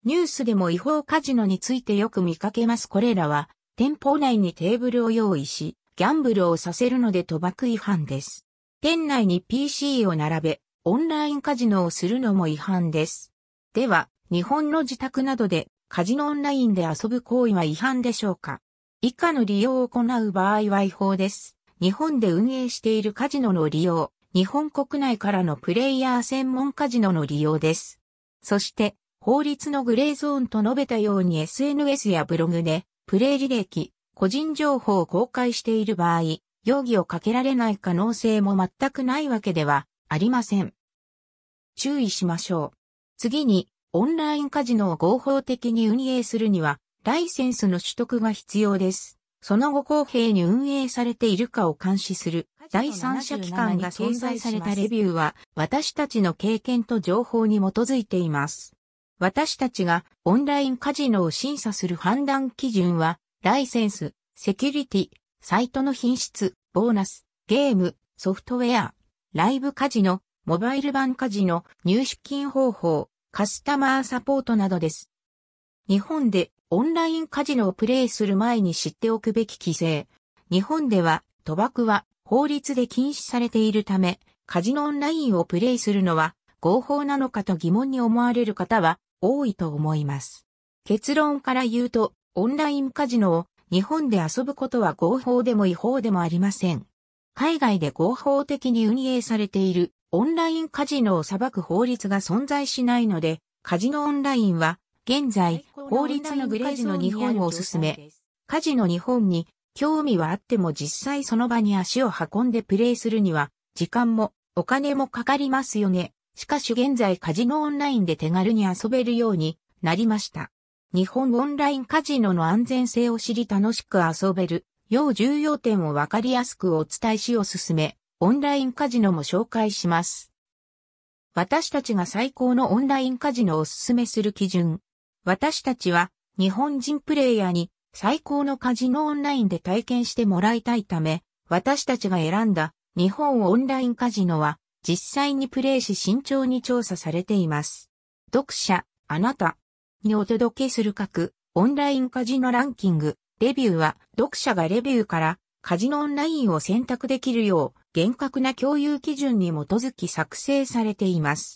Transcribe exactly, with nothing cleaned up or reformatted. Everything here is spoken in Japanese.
ニュースでも違法カジノについてよく見かけます。これらは店舗内にテーブルを用意し、ギャンブルをさせるので賭博違反です。店内に ピーシー を並べ、オンラインカジノをするのも違反です。では、日本の自宅などでカジノオンラインで遊ぶ行為は違反でしょうか？以下の利用を行う場合は違法です。日本で運営しているカジノの利用、日本国内からのプレイヤー専門カジノの利用です。そして、法律のグレーゾーンと述べたように エスエヌエス やブログで、プレイ履歴、個人情報を公開している場合、容疑をかけられない可能性も全くないわけではありません。注意しましょう。次に、オンラインカジノを合法的に運営するには、ライセンスの取得が必要です。その後公平に運営されているかを監視する第三者機関が掲載されたレビューは、私たちの経験と情報に基づいています。私たちがオンラインカジノを審査する判断基準は、ライセンス、セキュリティ、サイトの品質、ボーナス、ゲーム、ソフトウェア、ライブカジノ、モバイル版カジノ、入出金方法、カスタマーサポートなどです。日本でオンラインカジノをプレイする前に知っておくべき規制。日本では賭博は法律で禁止されているため、カジノオンラインをプレイするのは合法なのかと疑問に思われる方は多いと思います。結論から言うと、オンラインカジノを日本で遊ぶことは合法でも違法でもありません。海外で合法的に運営されているオンラインカジノを裁く法律が存在しないので、カジノオンラインは現在法律のグレーゾーン日本をおすすめ。カジノ日本に興味はあっても実際その場に足を運んでプレイするには時間もお金もかかりますよね。しかし現在カジノオンラインで手軽に遊べるようになりました。日本オンラインカジノの安全性を知り楽しく遊べるよう重要点をわかりやすくお伝えしおすすめ。オンラインカジノも紹介します。私たちが最高のオンラインカジノをおすすめする基準。私たちは日本人プレイヤーに最高のカジノオンラインで体験してもらいたいため、私たちが選んだ日本オンラインカジノは実際にプレイし慎重に調査されています。読者、あなたにお届けする各オンラインカジノランキング、レビューは読者がレビューからカジノオンラインを選択できるよう厳格な共有基準に基づき作成されています。